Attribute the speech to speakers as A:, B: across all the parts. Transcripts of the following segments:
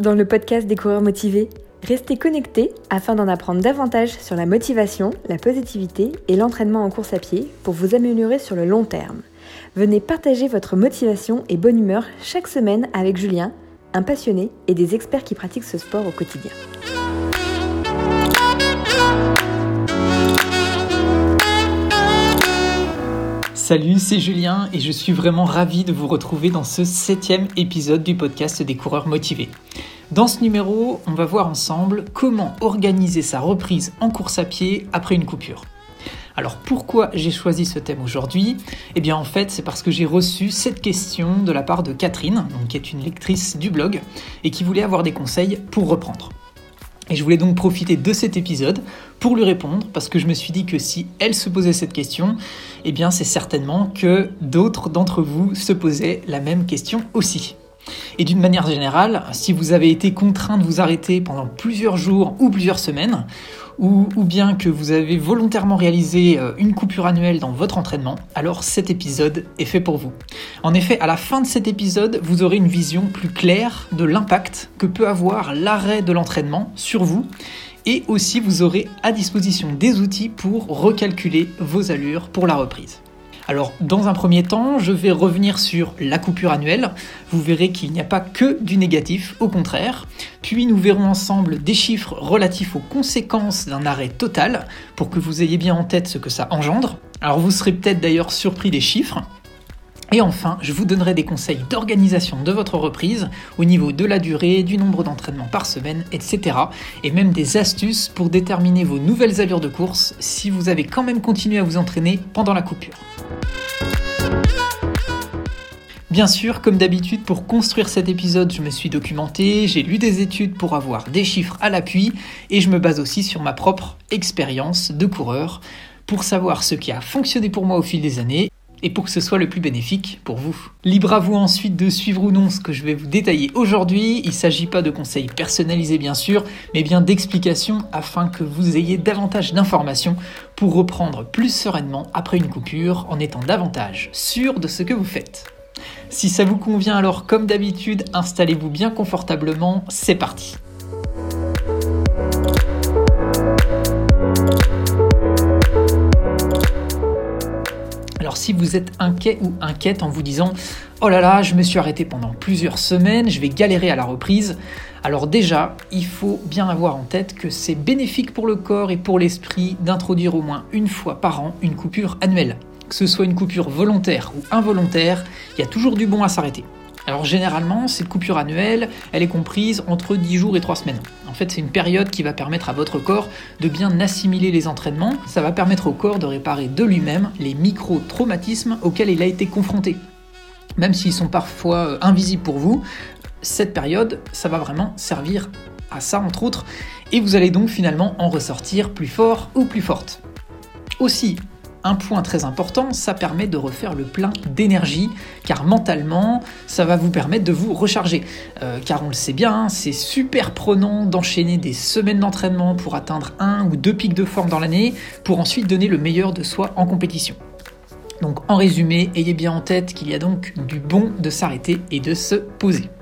A: rejoindre le podcast des coureurs motivés. Restez connectés afin d'en apprendre davantage sur la motivation, la positivité et l'entraînement en course à pied pour vous améliorer sur le long terme. Venez partager votre motivation et bonne humeur chaque semaine avec Julien, un passionné et des experts qui pratiquent ce sport au quotidien.
B: Salut, c'est Julien et je suis vraiment ravi de vous retrouver dans ce 7e épisode du podcast des coureurs motivés. Dans ce numéro, on va voir ensemble comment organiser sa reprise en course à pied après une coupure. Alors pourquoi j'ai choisi ce thème aujourd'hui ? Eh bien en fait c'est parce que j'ai reçu cette question de la part de Catherine, qui est une lectrice du blog et qui voulait avoir des conseils pour reprendre. Et je voulais donc profiter de cet épisode pour lui répondre, parce que je me suis dit que si elle se posait cette question, eh bien c'est certainement que d'autres d'entre vous se posaient la même question aussi. Et d'une manière générale, si vous avez été contraint de vous arrêter pendant plusieurs jours ou plusieurs semaines, ou bien que vous avez volontairement réalisé une coupure annuelle dans votre entraînement, alors cet épisode est fait pour vous. En effet, à la fin de cet épisode, vous aurez une vision plus claire de l'impact que peut avoir l'arrêt de l'entraînement sur vous, et aussi vous aurez à disposition des outils pour recalculer vos allures pour la reprise. Alors, dans un premier temps, je vais revenir sur la coupure annuelle. Vous verrez qu'il n'y a pas que du négatif, au contraire. Puis nous verrons ensemble des chiffres relatifs aux conséquences d'un arrêt total, pour que vous ayez bien en tête ce que ça engendre. Alors vous serez peut-être d'ailleurs surpris des chiffres. Et enfin, je vous donnerai des conseils d'organisation de votre reprise au niveau de la durée, du nombre d'entraînements par semaine, etc. Et même des astuces pour déterminer vos nouvelles allures de course si vous avez quand même continué à vous entraîner pendant la coupure. Bien sûr, comme d'habitude, pour construire cet épisode, je me suis documenté, j'ai lu des études pour avoir des chiffres à l'appui et je me base aussi sur ma propre expérience de coureur pour savoir ce qui a fonctionné pour moi au fil des années et pour que ce soit le plus bénéfique pour vous. Libre à vous ensuite de suivre ou non ce que je vais vous détailler aujourd'hui. Il ne s'agit pas de conseils personnalisés bien sûr, mais bien d'explications afin que vous ayez davantage d'informations pour reprendre plus sereinement après une coupure en étant davantage sûr de ce que vous faites. Si ça vous convient alors, comme d'habitude, installez-vous bien confortablement, c'est parti. Alors si vous êtes inquiet ou inquiète en vous disant « Oh là là, je me suis arrêté pendant plusieurs semaines, je vais galérer à la reprise », alors déjà, il faut bien avoir en tête que c'est bénéfique pour le corps et pour l'esprit d'introduire au moins une fois par an une coupure annuelle. Que ce soit une coupure volontaire ou involontaire, il y a toujours du bon à s'arrêter. Alors généralement, cette coupure annuelle, elle est comprise entre 10 jours et 3 semaines. En fait, c'est une période qui va permettre à votre corps de bien assimiler les entraînements. Ça va permettre au corps de réparer de lui-même les micro-traumatismes auxquels il a été confronté. Même s'ils sont parfois invisibles pour vous, cette période, ça va vraiment servir à ça entre autres, et vous allez donc finalement en ressortir plus fort ou plus forte. Aussi, un point très important, ça permet de refaire le plein d'énergie, car mentalement, ça va vous permettre de vous recharger. Car on le sait bien, c'est super prenant d'enchaîner des semaines d'entraînement pour atteindre 1 ou 2 pics de forme dans l'année, pour ensuite donner le meilleur de soi en compétition. Donc en résumé, ayez bien en tête qu'il y a donc du bon de s'arrêter et de se poser.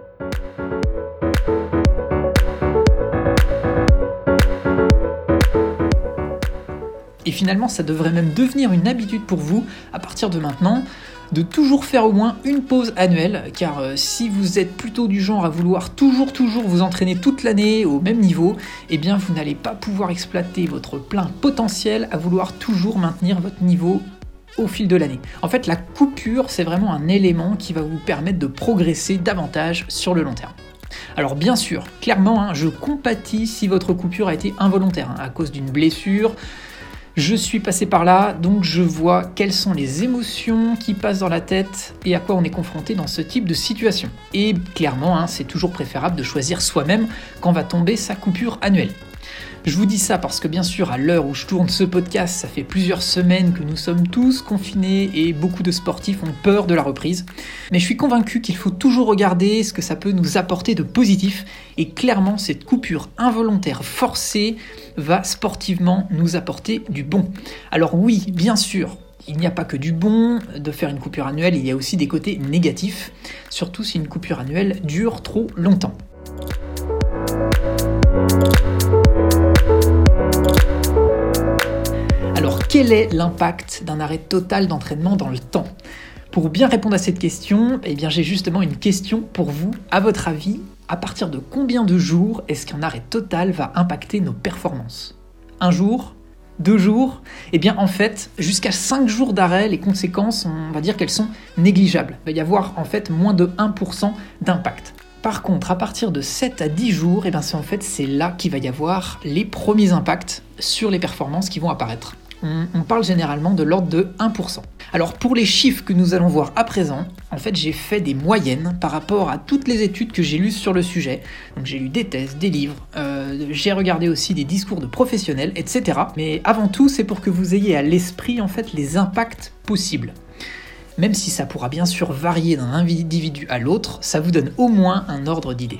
B: Et finalement, ça devrait même devenir une habitude pour vous, à partir de maintenant, de toujours faire au moins une pause annuelle, car si vous êtes plutôt du genre à vouloir toujours vous entraîner toute l'année au même niveau, eh bien vous n'allez pas pouvoir exploiter votre plein potentiel à vouloir toujours maintenir votre niveau au fil de l'année. En fait, la coupure, c'est vraiment un élément qui va vous permettre de progresser davantage sur le long terme. Alors bien sûr, clairement, je compatis si votre coupure a été involontaire, à cause d'une blessure. Je suis passé par là, donc je vois quelles sont les émotions qui passent dans la tête et à quoi on est confronté dans ce type de situation. Et clairement, c'est toujours préférable de choisir soi-même quand va tomber sa coupure annuelle. Je vous dis ça parce que bien sûr, à l'heure où je tourne ce podcast, ça fait plusieurs semaines que nous sommes tous confinés et beaucoup de sportifs ont peur de la reprise. Mais je suis convaincu qu'il faut toujours regarder ce que ça peut nous apporter de positif. Et clairement, cette coupure involontaire forcée va sportivement nous apporter du bon. Alors oui, bien sûr, il n'y a pas que du bon de faire une coupure annuelle, il y a aussi des côtés négatifs, surtout si une coupure annuelle dure trop longtemps. Alors, quel est l'impact d'un arrêt total d'entraînement dans le temps ? Pour bien répondre à cette question, j'ai justement une question pour vous. À votre avis, à partir de combien de jours est-ce qu'un arrêt total va impacter nos performances ? 1 jour ? 2 jours ? En fait, jusqu'à 5 jours d'arrêt, les conséquences, on va dire qu'elles sont négligeables. Il va y avoir en fait moins de 1% d'impact. Par contre, à partir de 7 à 10 jours, c'est là qu'il va y avoir les premiers impacts sur les performances qui vont apparaître. On parle généralement de l'ordre de 1%. Alors pour les chiffres que nous allons voir à présent, j'ai fait des moyennes par rapport à toutes les études que j'ai lues sur le sujet. Donc j'ai lu des thèses, des livres, j'ai regardé aussi des discours de professionnels, etc. Mais avant tout, c'est pour que vous ayez à l'esprit les impacts possibles. Même si ça pourra bien sûr varier d'un individu à l'autre, ça vous donne au moins un ordre d'idée.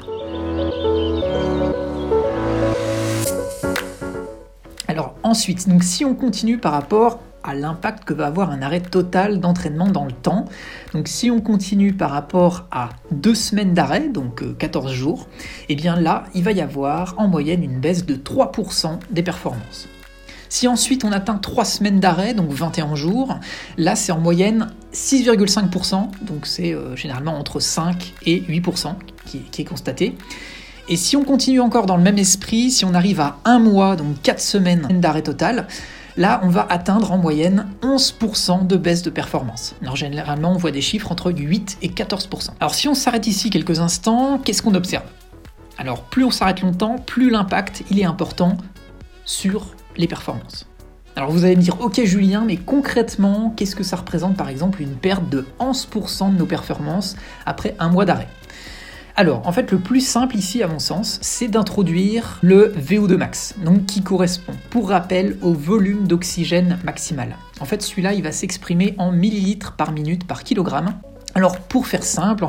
B: Alors ensuite, si on continue par rapport à l'impact que va avoir un arrêt total d'entraînement dans le temps, donc si on continue par rapport à 2 semaines d'arrêt, donc 14 jours, là, il va y avoir en moyenne une baisse de 3% des performances. Si ensuite on atteint 3 semaines d'arrêt, donc 21 jours, là c'est en moyenne 6,5%, donc c'est généralement entre 5 et 8% qui est constaté. Et si on continue encore dans le même esprit, si on arrive à 1 mois, donc 4 semaines d'arrêt total, là on va atteindre en moyenne 11% de baisse de performance. Alors généralement on voit des chiffres entre 8 et 14%. Alors si on s'arrête ici quelques instants, qu'est-ce qu'on observe ? Alors plus on s'arrête longtemps, plus l'impact il est important sur les performances. Alors vous allez me dire, ok Julien, mais concrètement, qu'est-ce que ça représente par exemple une perte de 11% de nos performances après 1 mois d'arrêt ? Alors, le plus simple ici, à mon sens, c'est d'introduire le VO2 max, donc qui correspond, pour rappel, au volume d'oxygène maximal. Celui-là, il va s'exprimer en millilitres par minute par kilogramme. Alors, pour faire simple,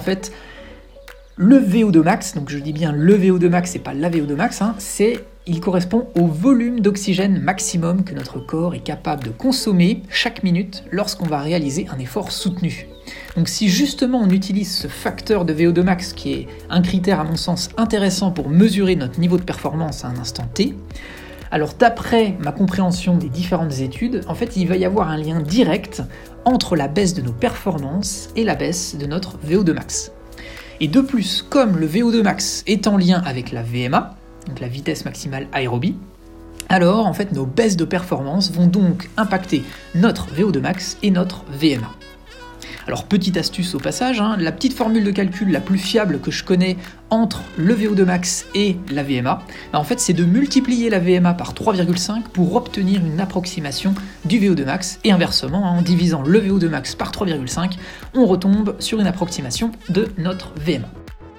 B: le VO2 max, donc je dis bien le VO2 max, c'est pas la VO2 max, il correspond au volume d'oxygène maximum que notre corps est capable de consommer chaque minute lorsqu'on va réaliser un effort soutenu. Donc si justement on utilise ce facteur de VO2 max, qui est un critère à mon sens intéressant pour mesurer notre niveau de performance à un instant T, alors d'après ma compréhension des différentes études, il va y avoir un lien direct entre la baisse de nos performances et la baisse de notre VO2 max. Et de plus, comme le VO2 max est en lien avec la VMA, donc la vitesse maximale aérobie, alors nos baisses de performance vont donc impacter notre VO2 max et notre VMA. Alors petite astuce au passage, la petite formule de calcul la plus fiable que je connais entre le VO2 max et la VMA, c'est de multiplier la VMA par 3,5 pour obtenir une approximation du VO2 max, et inversement, en divisant le VO2 max par 3,5, on retombe sur une approximation de notre VMA.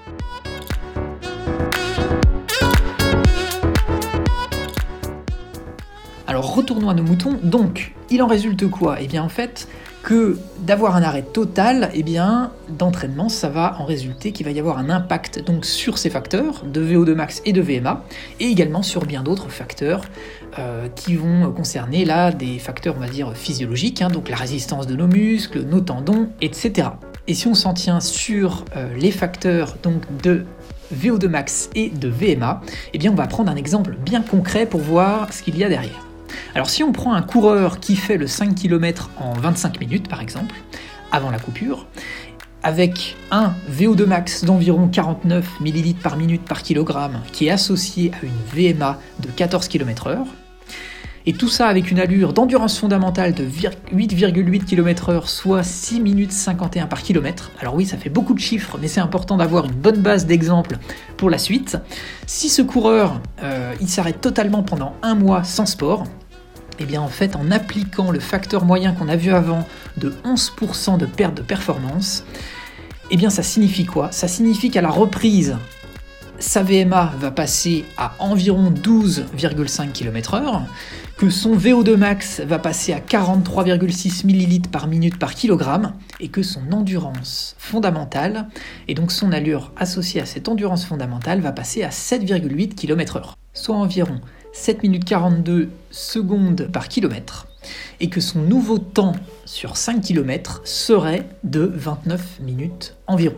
B: Alors retournons à nos moutons, donc il en résulte quoi ? Que d'avoir un arrêt total d'entraînement, ça va en résulter qu'il va y avoir un impact donc sur ces facteurs de VO2 max et de VMA, et également sur bien d'autres facteurs qui vont concerner là des facteurs on va dire physiologiques, donc la résistance de nos muscles, nos tendons, etc. Et si on s'en tient sur les facteurs donc de VO2 max et de VMA, on va prendre un exemple bien concret pour voir ce qu'il y a derrière. Alors si on prend un coureur qui fait le 5 km en 25 minutes par exemple, avant la coupure, avec un VO2 max d'environ 49 ml par minute par kilogramme qui est associé à une VMA de 14 km/h, et tout ça avec une allure d'endurance fondamentale de 8,8 km/h, soit 6 minutes 51 par kilomètre. Alors oui, ça fait beaucoup de chiffres, mais c'est important d'avoir une bonne base d'exemples pour la suite. Si ce coureur, il s'arrête totalement pendant 1 mois sans sport, en appliquant le facteur moyen qu'on a vu avant de 11% de perte de performance, ça signifie quoi ? Ça signifie qu'à la reprise, sa VMA va passer à environ 12,5 km/h, que son VO2 max va passer à 43,6 ml par minute par kilogramme, et que son endurance fondamentale, et donc son allure associée à cette endurance fondamentale, va passer à 7,8 km/h, soit environ 7 minutes 42 secondes par kilomètre, et que son nouveau temps sur 5 km serait de 29 minutes environ.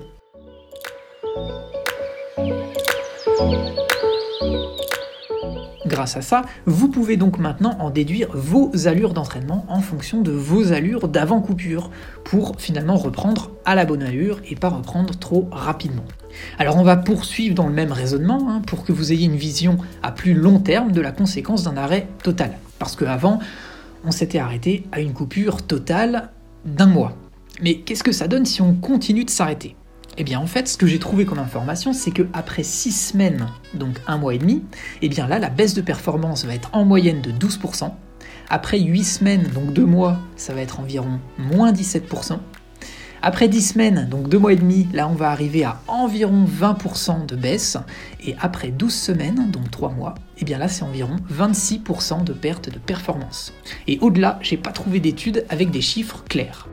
B: grâce à ça, vous pouvez donc maintenant en déduire vos allures d'entraînement en fonction de vos allures d'avant-coupure pour finalement reprendre à la bonne allure et pas reprendre trop rapidement. Alors on va poursuivre dans le même raisonnement pour que vous ayez une vision à plus long terme de la conséquence d'un arrêt total. Parce qu'avant, on s'était arrêté à une coupure totale d'1 mois. Mais qu'est-ce que ça donne si on continue de s'arrêter ? Eh bien en fait, ce que j'ai trouvé comme information, c'est qu'après 6 semaines, donc 1 mois et demi, eh bien là, la baisse de performance va être en moyenne de 12%. Après 8 semaines, donc 2 mois, ça va être environ moins 17%. Après 10 semaines, donc 2 mois et demi, là on va arriver à environ 20% de baisse. Et après 12 semaines, donc 3 mois, eh bien là c'est environ 26% de perte de performance. Et au-delà, j'ai pas trouvé d'études avec des chiffres clairs.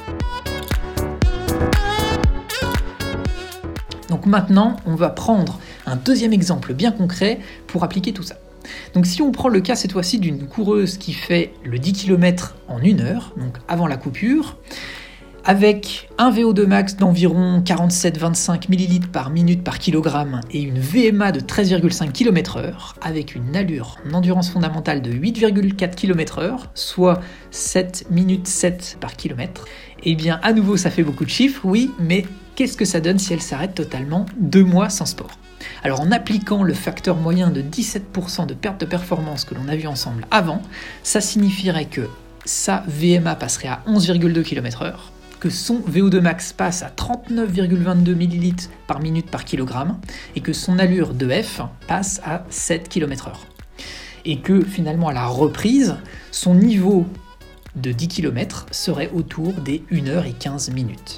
B: Donc maintenant, on va prendre un deuxième exemple bien concret pour appliquer tout ça. Donc si on prend le cas cette fois-ci d'une coureuse qui fait le 10 km en 1 heure, donc avant la coupure, avec un VO2 max d'environ 47-25 ml par minute par kilogramme et une VMA de 13,5 km/h, avec une allure en endurance fondamentale de 8,4 km/h, soit 7 minutes 7 par kilomètre, eh bien à nouveau ça fait beaucoup de chiffres, oui, mais qu'est-ce que ça donne si elle s'arrête totalement 2 mois sans sport ? Alors en appliquant le facteur moyen de 17% de perte de performance que l'on a vu ensemble avant, ça signifierait que sa VMA passerait à 11,2 km/h, que son VO2 max passe à 39,22 ml par minute par kilogramme et que son allure de F passe à 7 km/h. Et que finalement à la reprise, son niveau de 10 km serait autour des 1h15 minutes.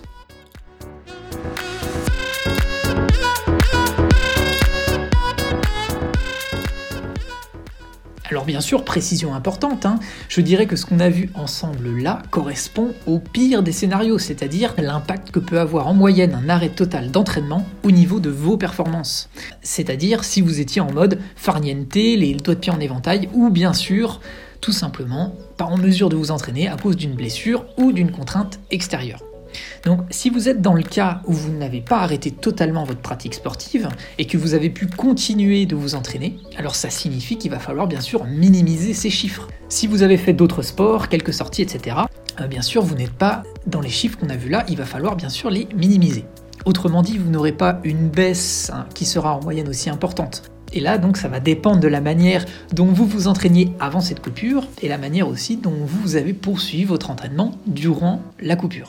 B: Alors bien sûr, précision importante, je dirais que ce qu'on a vu ensemble là correspond au pire des scénarios, c'est-à-dire l'impact que peut avoir en moyenne un arrêt total d'entraînement au niveau de vos performances. C'est-à-dire si vous étiez en mode farniente, les doigts de pied en éventail, ou bien sûr, tout simplement, pas en mesure de vous entraîner à cause d'une blessure ou d'une contrainte extérieure. Donc si vous êtes dans le cas où vous n'avez pas arrêté totalement votre pratique sportive et que vous avez pu continuer de vous entraîner, alors ça signifie qu'il va falloir bien sûr minimiser ces chiffres. Si vous avez fait d'autres sports, quelques sorties, etc., bien sûr vous n'êtes pas dans les chiffres qu'on a vus là, il va falloir bien sûr les minimiser. Autrement dit, vous n'aurez pas une baisse qui sera en moyenne aussi importante. Et là, donc, ça va dépendre de la manière dont vous vous entraîniez avant cette coupure et la manière aussi dont vous avez poursuivi votre entraînement durant la coupure.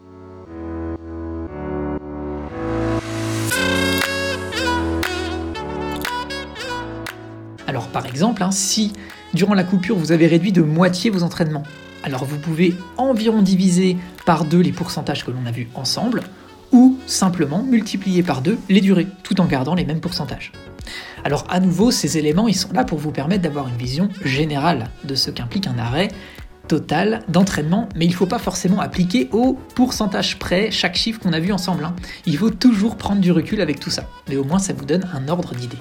B: Alors par exemple, si durant la coupure vous avez réduit de moitié vos entraînements, alors vous pouvez environ diviser par 2 les pourcentages que l'on a vus ensemble, ou simplement multiplier par 2 les durées, tout en gardant les mêmes pourcentages. Alors à nouveau, ces éléments ils sont là pour vous permettre d'avoir une vision générale de ce qu'implique un arrêt total d'entraînement, mais il ne faut pas forcément appliquer au pourcentage près chaque chiffre qu'on a vu ensemble. Il faut toujours prendre du recul avec tout ça, mais au moins ça vous donne un ordre d'idée.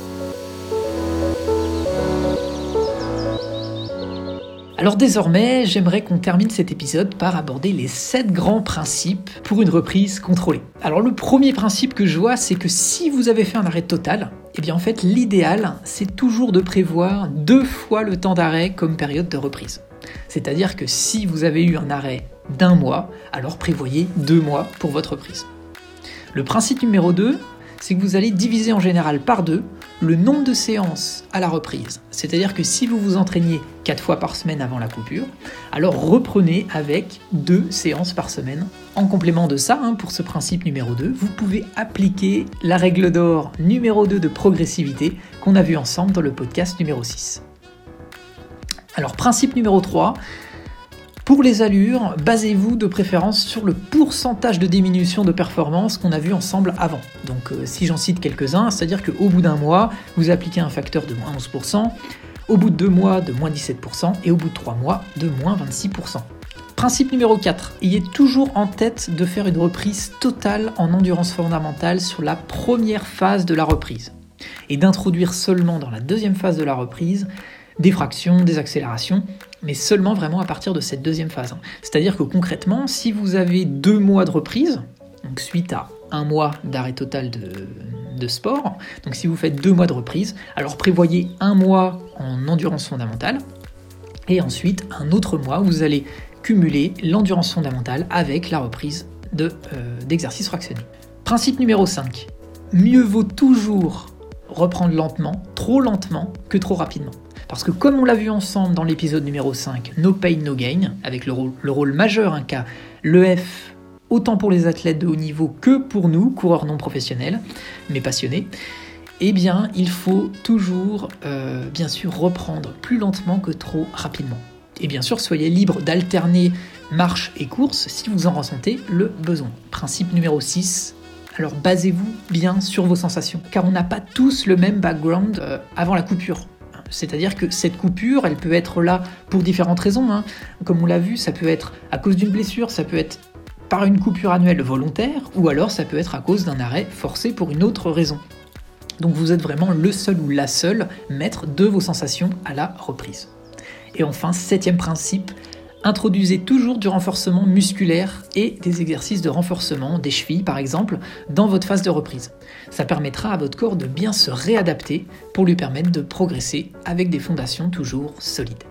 B: Alors désormais, j'aimerais qu'on termine cet épisode par aborder les 7 grands principes pour une reprise contrôlée. Alors le premier principe que je vois, c'est que si vous avez fait un arrêt total, eh bien en fait l'idéal, c'est toujours de prévoir 2 fois le temps d'arrêt comme période de reprise. C'est-à-dire que si vous avez eu un arrêt d'1 mois, alors prévoyez 2 mois pour votre reprise. Le principe numéro 2, c'est que vous allez diviser en général par 2 le nombre de séances à la reprise. C'est-à-dire que si vous vous entraîniez 4 fois par semaine avant la coupure, alors reprenez avec 2 séances par semaine. En complément de ça, pour ce principe numéro 2, vous pouvez appliquer la règle d'or numéro 2 de progressivité qu'on a vu ensemble dans le podcast numéro 6. Alors principe numéro 3, pour les allures, basez-vous de préférence sur le pourcentage de diminution de performance qu'on a vu ensemble avant. Donc si j'en cite quelques-uns, c'est-à-dire qu'au bout d'1 mois, vous appliquez un facteur de moins 11%, au bout de 2 mois de moins 17% et au bout de 3 mois de moins 26%. Principe numéro 4, ayez toujours en tête de faire une reprise totale en endurance fondamentale sur la première phase de la reprise et d'introduire seulement dans la deuxième phase de la reprise des fractions, des accélérations, mais seulement vraiment à partir de cette deuxième phase. C'est-à-dire que concrètement, si vous avez 2 mois de reprise, donc suite à 1 mois d'arrêt total de sport. Donc si vous faites 2 mois de reprise, alors prévoyez 1 mois en endurance fondamentale et ensuite un autre mois où vous allez cumuler l'endurance fondamentale avec la reprise d'exercices fractionnés. Principe numéro 5. Mieux vaut toujours reprendre lentement, trop lentement que trop rapidement. Parce que comme on l'a vu ensemble dans l'épisode numéro 5, No Pain, No Gain, avec le rôle majeur qu'a l'EF, autant pour les athlètes de haut niveau que pour nous, coureurs non professionnels, mais passionnés, eh bien, il faut toujours, bien sûr, reprendre plus lentement que trop rapidement. Et bien sûr, soyez libre d'alterner marche et course si vous en ressentez le besoin. Principe numéro 6, alors basez-vous bien sur vos sensations, car on n'a pas tous le même background avant la coupure. C'est-à-dire que cette coupure, elle peut être là pour différentes raisons. Comme on l'a vu, ça peut être à cause d'une blessure, ça peut être par une coupure annuelle volontaire, ou alors ça peut être à cause d'un arrêt forcé pour une autre raison. Donc vous êtes vraiment le seul ou la seule maître de vos sensations à la reprise. Et enfin, 7e principe, introduisez toujours du renforcement musculaire et des exercices de renforcement des chevilles par exemple dans votre phase de reprise. Ça permettra à votre corps de bien se réadapter pour lui permettre de progresser avec des fondations toujours solides.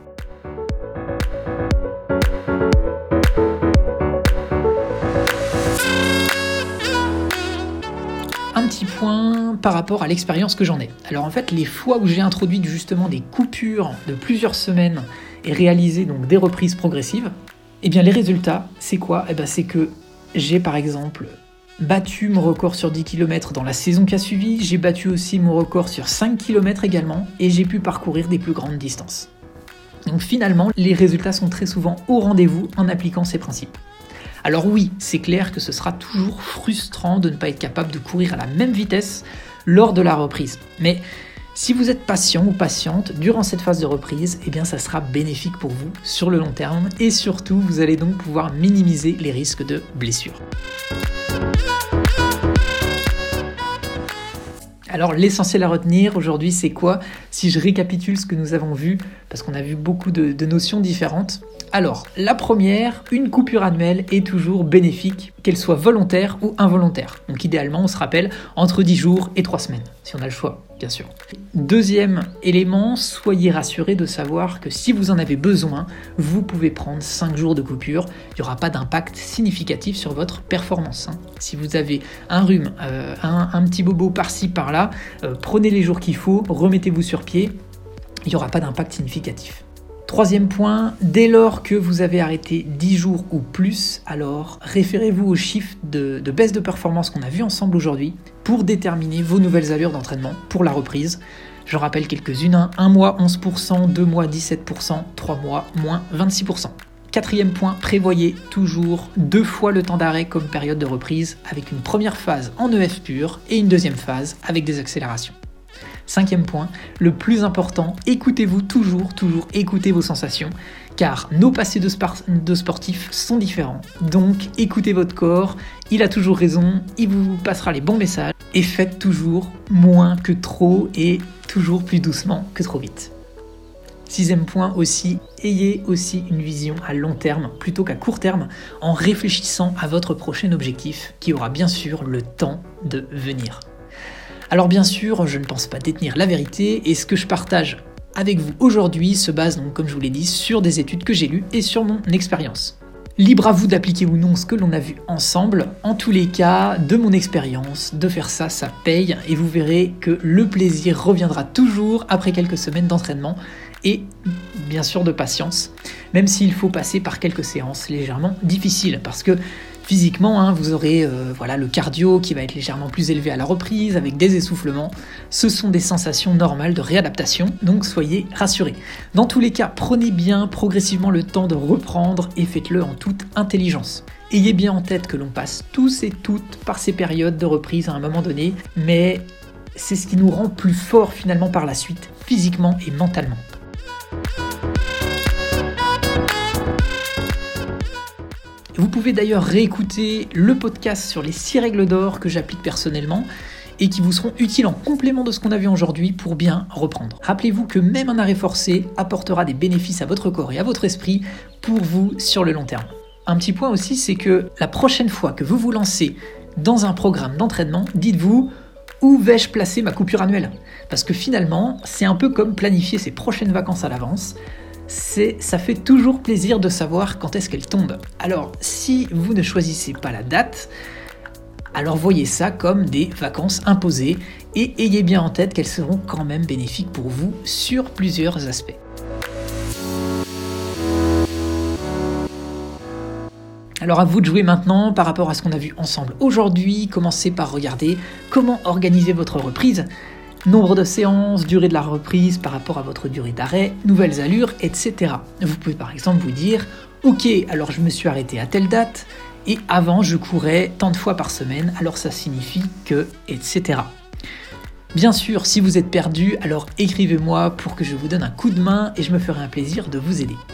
B: Un petit point par rapport à l'expérience que j'en ai. Alors en fait, les fois où j'ai introduit justement des coupures de plusieurs semaines et réalisé donc des reprises progressives, eh bien les résultats, c'est quoi ? C'est que j'ai par exemple battu mon record sur 10 km dans la saison qui a suivi, j'ai battu aussi mon record sur 5 km également, et j'ai pu parcourir des plus grandes distances. Donc finalement, les résultats sont très souvent au rendez-vous en appliquant ces principes. Alors oui, c'est clair que ce sera toujours frustrant de ne pas être capable de courir à la même vitesse lors de la reprise. Mais si vous êtes patient ou patiente durant cette phase de reprise, eh bien ça sera bénéfique pour vous sur le long terme et surtout vous allez donc pouvoir minimiser les risques de blessures. Alors l'essentiel à retenir aujourd'hui c'est quoi ? Si je récapitule ce que nous avons vu, parce qu'on a vu beaucoup de notions différentes. Alors, la première, une coupure annuelle est toujours bénéfique, qu'elle soit volontaire ou involontaire. Donc idéalement, on se rappelle, entre 10 jours et 3 semaines, si on a le choix, bien sûr. Deuxième élément, soyez rassurés de savoir que si vous en avez besoin, vous pouvez prendre 5 jours de coupure. Il n'y aura pas d'impact significatif sur votre performance. Si vous avez un rhume, un petit bobo par-ci, par-là, prenez les jours qu'il faut, remettez-vous sur pied, il n'y aura pas d'impact significatif. Troisième point, dès lors que vous avez arrêté 10 jours ou plus, alors référez-vous aux chiffres de baisse de performance qu'on a vu ensemble aujourd'hui pour déterminer vos nouvelles allures d'entraînement pour la reprise. J'en rappelle quelques-unes, 1 mois 11%, 2 mois 17%, 3 mois moins 26%. Quatrième point, prévoyez toujours 2 fois le temps d'arrêt comme période de reprise avec une première phase en EF pur et une deuxième phase avec des accélérations. Cinquième point, le plus important, écoutez-vous toujours écoutez vos sensations, car nos passés de sportifs sont différents. Donc écoutez votre corps, il a toujours raison, il vous passera les bons messages, et faites toujours moins que trop et toujours plus doucement que trop vite. Sixième point aussi, ayez aussi une vision à long terme plutôt qu'à court terme en réfléchissant à votre prochain objectif qui aura bien sûr le temps de venir. Alors bien sûr, je ne pense pas détenir la vérité et ce que je partage avec vous aujourd'hui se base donc, comme je vous l'ai dit, sur des études que j'ai lues et sur mon expérience. Libre à vous d'appliquer ou non ce que l'on a vu ensemble. En tous les cas, de mon expérience, de faire ça paye et vous verrez que le plaisir reviendra toujours après quelques semaines d'entraînement et bien sûr de patience, même s'il faut passer par quelques séances légèrement difficiles parce que physiquement, vous aurez le cardio qui va être légèrement plus élevé à la reprise avec des essoufflements. Ce sont des sensations normales de réadaptation, donc soyez rassurés. Dans tous les cas, prenez bien progressivement le temps de reprendre et faites-le en toute intelligence. Ayez bien en tête que l'on passe tous et toutes par ces périodes de reprise à un moment donné, mais c'est ce qui nous rend plus forts finalement par la suite, physiquement et mentalement. Vous pouvez d'ailleurs réécouter le podcast sur les 6 règles d'or que j'applique personnellement et qui vous seront utiles en complément de ce qu'on a vu aujourd'hui pour bien reprendre. Rappelez-vous que même un arrêt forcé apportera des bénéfices à votre corps et à votre esprit pour vous sur le long terme. Un petit point aussi, c'est que la prochaine fois que vous vous lancez dans un programme d'entraînement, dites-vous où vais-je placer ma coupure annuelle ? Parce que finalement, c'est un peu comme planifier ses prochaines vacances à l'avance. Ça fait toujours plaisir de savoir quand est-ce qu'elles tombent. Alors, si vous ne choisissez pas la date, alors voyez ça comme des vacances imposées et ayez bien en tête qu'elles seront quand même bénéfiques pour vous sur plusieurs aspects. Alors à vous de jouer maintenant par rapport à ce qu'on a vu ensemble aujourd'hui. Commencez par regarder comment organiser votre reprise. Nombre de séances, durée de la reprise par rapport à votre durée d'arrêt, nouvelles allures, etc. Vous pouvez par exemple vous dire « Ok, alors je me suis arrêté à telle date et avant je courais tant de fois par semaine, alors ça signifie que, etc. » Bien sûr, si vous êtes perdu, alors écrivez-moi pour que je vous donne un coup de main et je me ferai un plaisir de vous aider.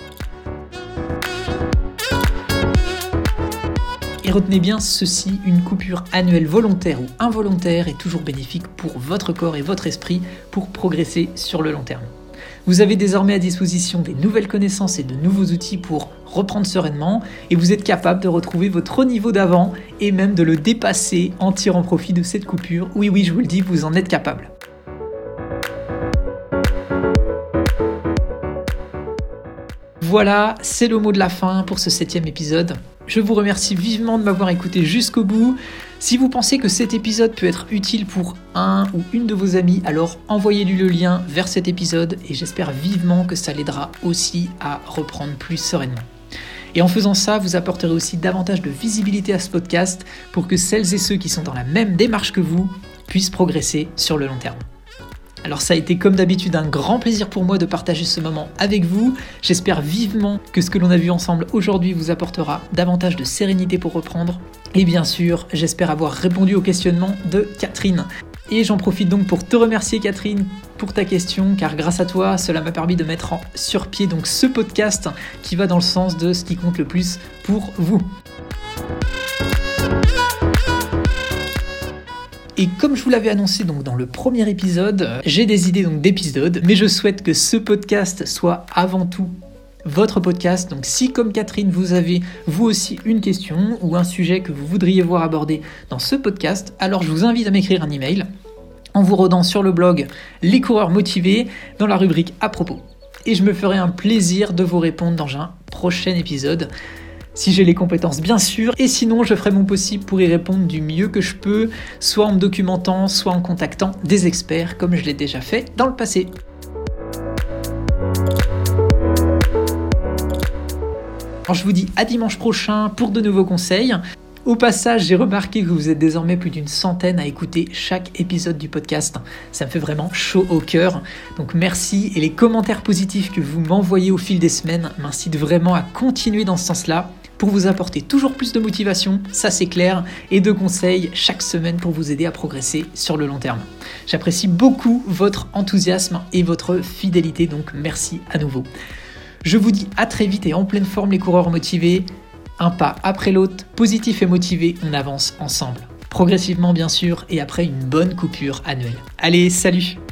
B: Et retenez bien ceci, une coupure annuelle volontaire ou involontaire est toujours bénéfique pour votre corps et votre esprit pour progresser sur le long terme. Vous avez désormais à disposition des nouvelles connaissances et de nouveaux outils pour reprendre sereinement et vous êtes capable de retrouver votre haut niveau d'avant et même de le dépasser en tirant profit de cette coupure. Oui, je vous le dis, vous en êtes capable. Voilà, c'est le mot de la fin pour ce 7e épisode. Je vous remercie vivement de m'avoir écouté jusqu'au bout. Si vous pensez que cet épisode peut être utile pour un ou une de vos amis, alors envoyez-lui le lien vers cet épisode et j'espère vivement que ça l'aidera aussi à reprendre plus sereinement. Et en faisant ça, vous apporterez aussi davantage de visibilité à ce podcast pour que celles et ceux qui sont dans la même démarche que vous puissent progresser sur le long terme. Alors ça a été comme d'habitude un grand plaisir pour moi de partager ce moment avec vous. J'espère vivement que ce que l'on a vu ensemble aujourd'hui vous apportera davantage de sérénité pour reprendre. Et bien sûr, j'espère avoir répondu au questionnement de Catherine. Et j'en profite donc pour te remercier Catherine pour ta question, car grâce à toi, cela m'a permis de mettre sur pied donc ce podcast qui va dans le sens de ce qui compte le plus pour vous. Et comme je vous l'avais annoncé donc dans le premier épisode, j'ai des idées donc d'épisodes, mais je souhaite que ce podcast soit avant tout votre podcast. Donc si comme Catherine, vous avez vous aussi une question ou un sujet que vous voudriez voir abordé dans ce podcast, alors je vous invite à m'écrire un email en vous rendant sur le blog Les Coureurs Motivés dans la rubrique à propos. Et je me ferai un plaisir de vous répondre dans un prochain épisode. Si j'ai les compétences bien sûr, et sinon je ferai mon possible pour y répondre du mieux que je peux, soit en me documentant, soit en contactant des experts comme je l'ai déjà fait dans le passé. Alors je vous dis à dimanche prochain pour de nouveaux conseils. Au passage, j'ai remarqué que vous êtes désormais plus d'une centaine à écouter chaque épisode du podcast. Ça me fait vraiment chaud au cœur. Donc merci, et les commentaires positifs que vous m'envoyez au fil des semaines m'incitent vraiment à continuer dans ce sens-là pour vous apporter toujours plus de motivation, ça c'est clair, et de conseils chaque semaine pour vous aider à progresser sur le long terme. J'apprécie beaucoup votre enthousiasme et votre fidélité, donc merci à nouveau. Je vous dis à très vite et en pleine forme les coureurs motivés. Un pas après l'autre, positif et motivé, on avance ensemble. Progressivement bien sûr, et après une bonne coupure annuelle. Allez, salut!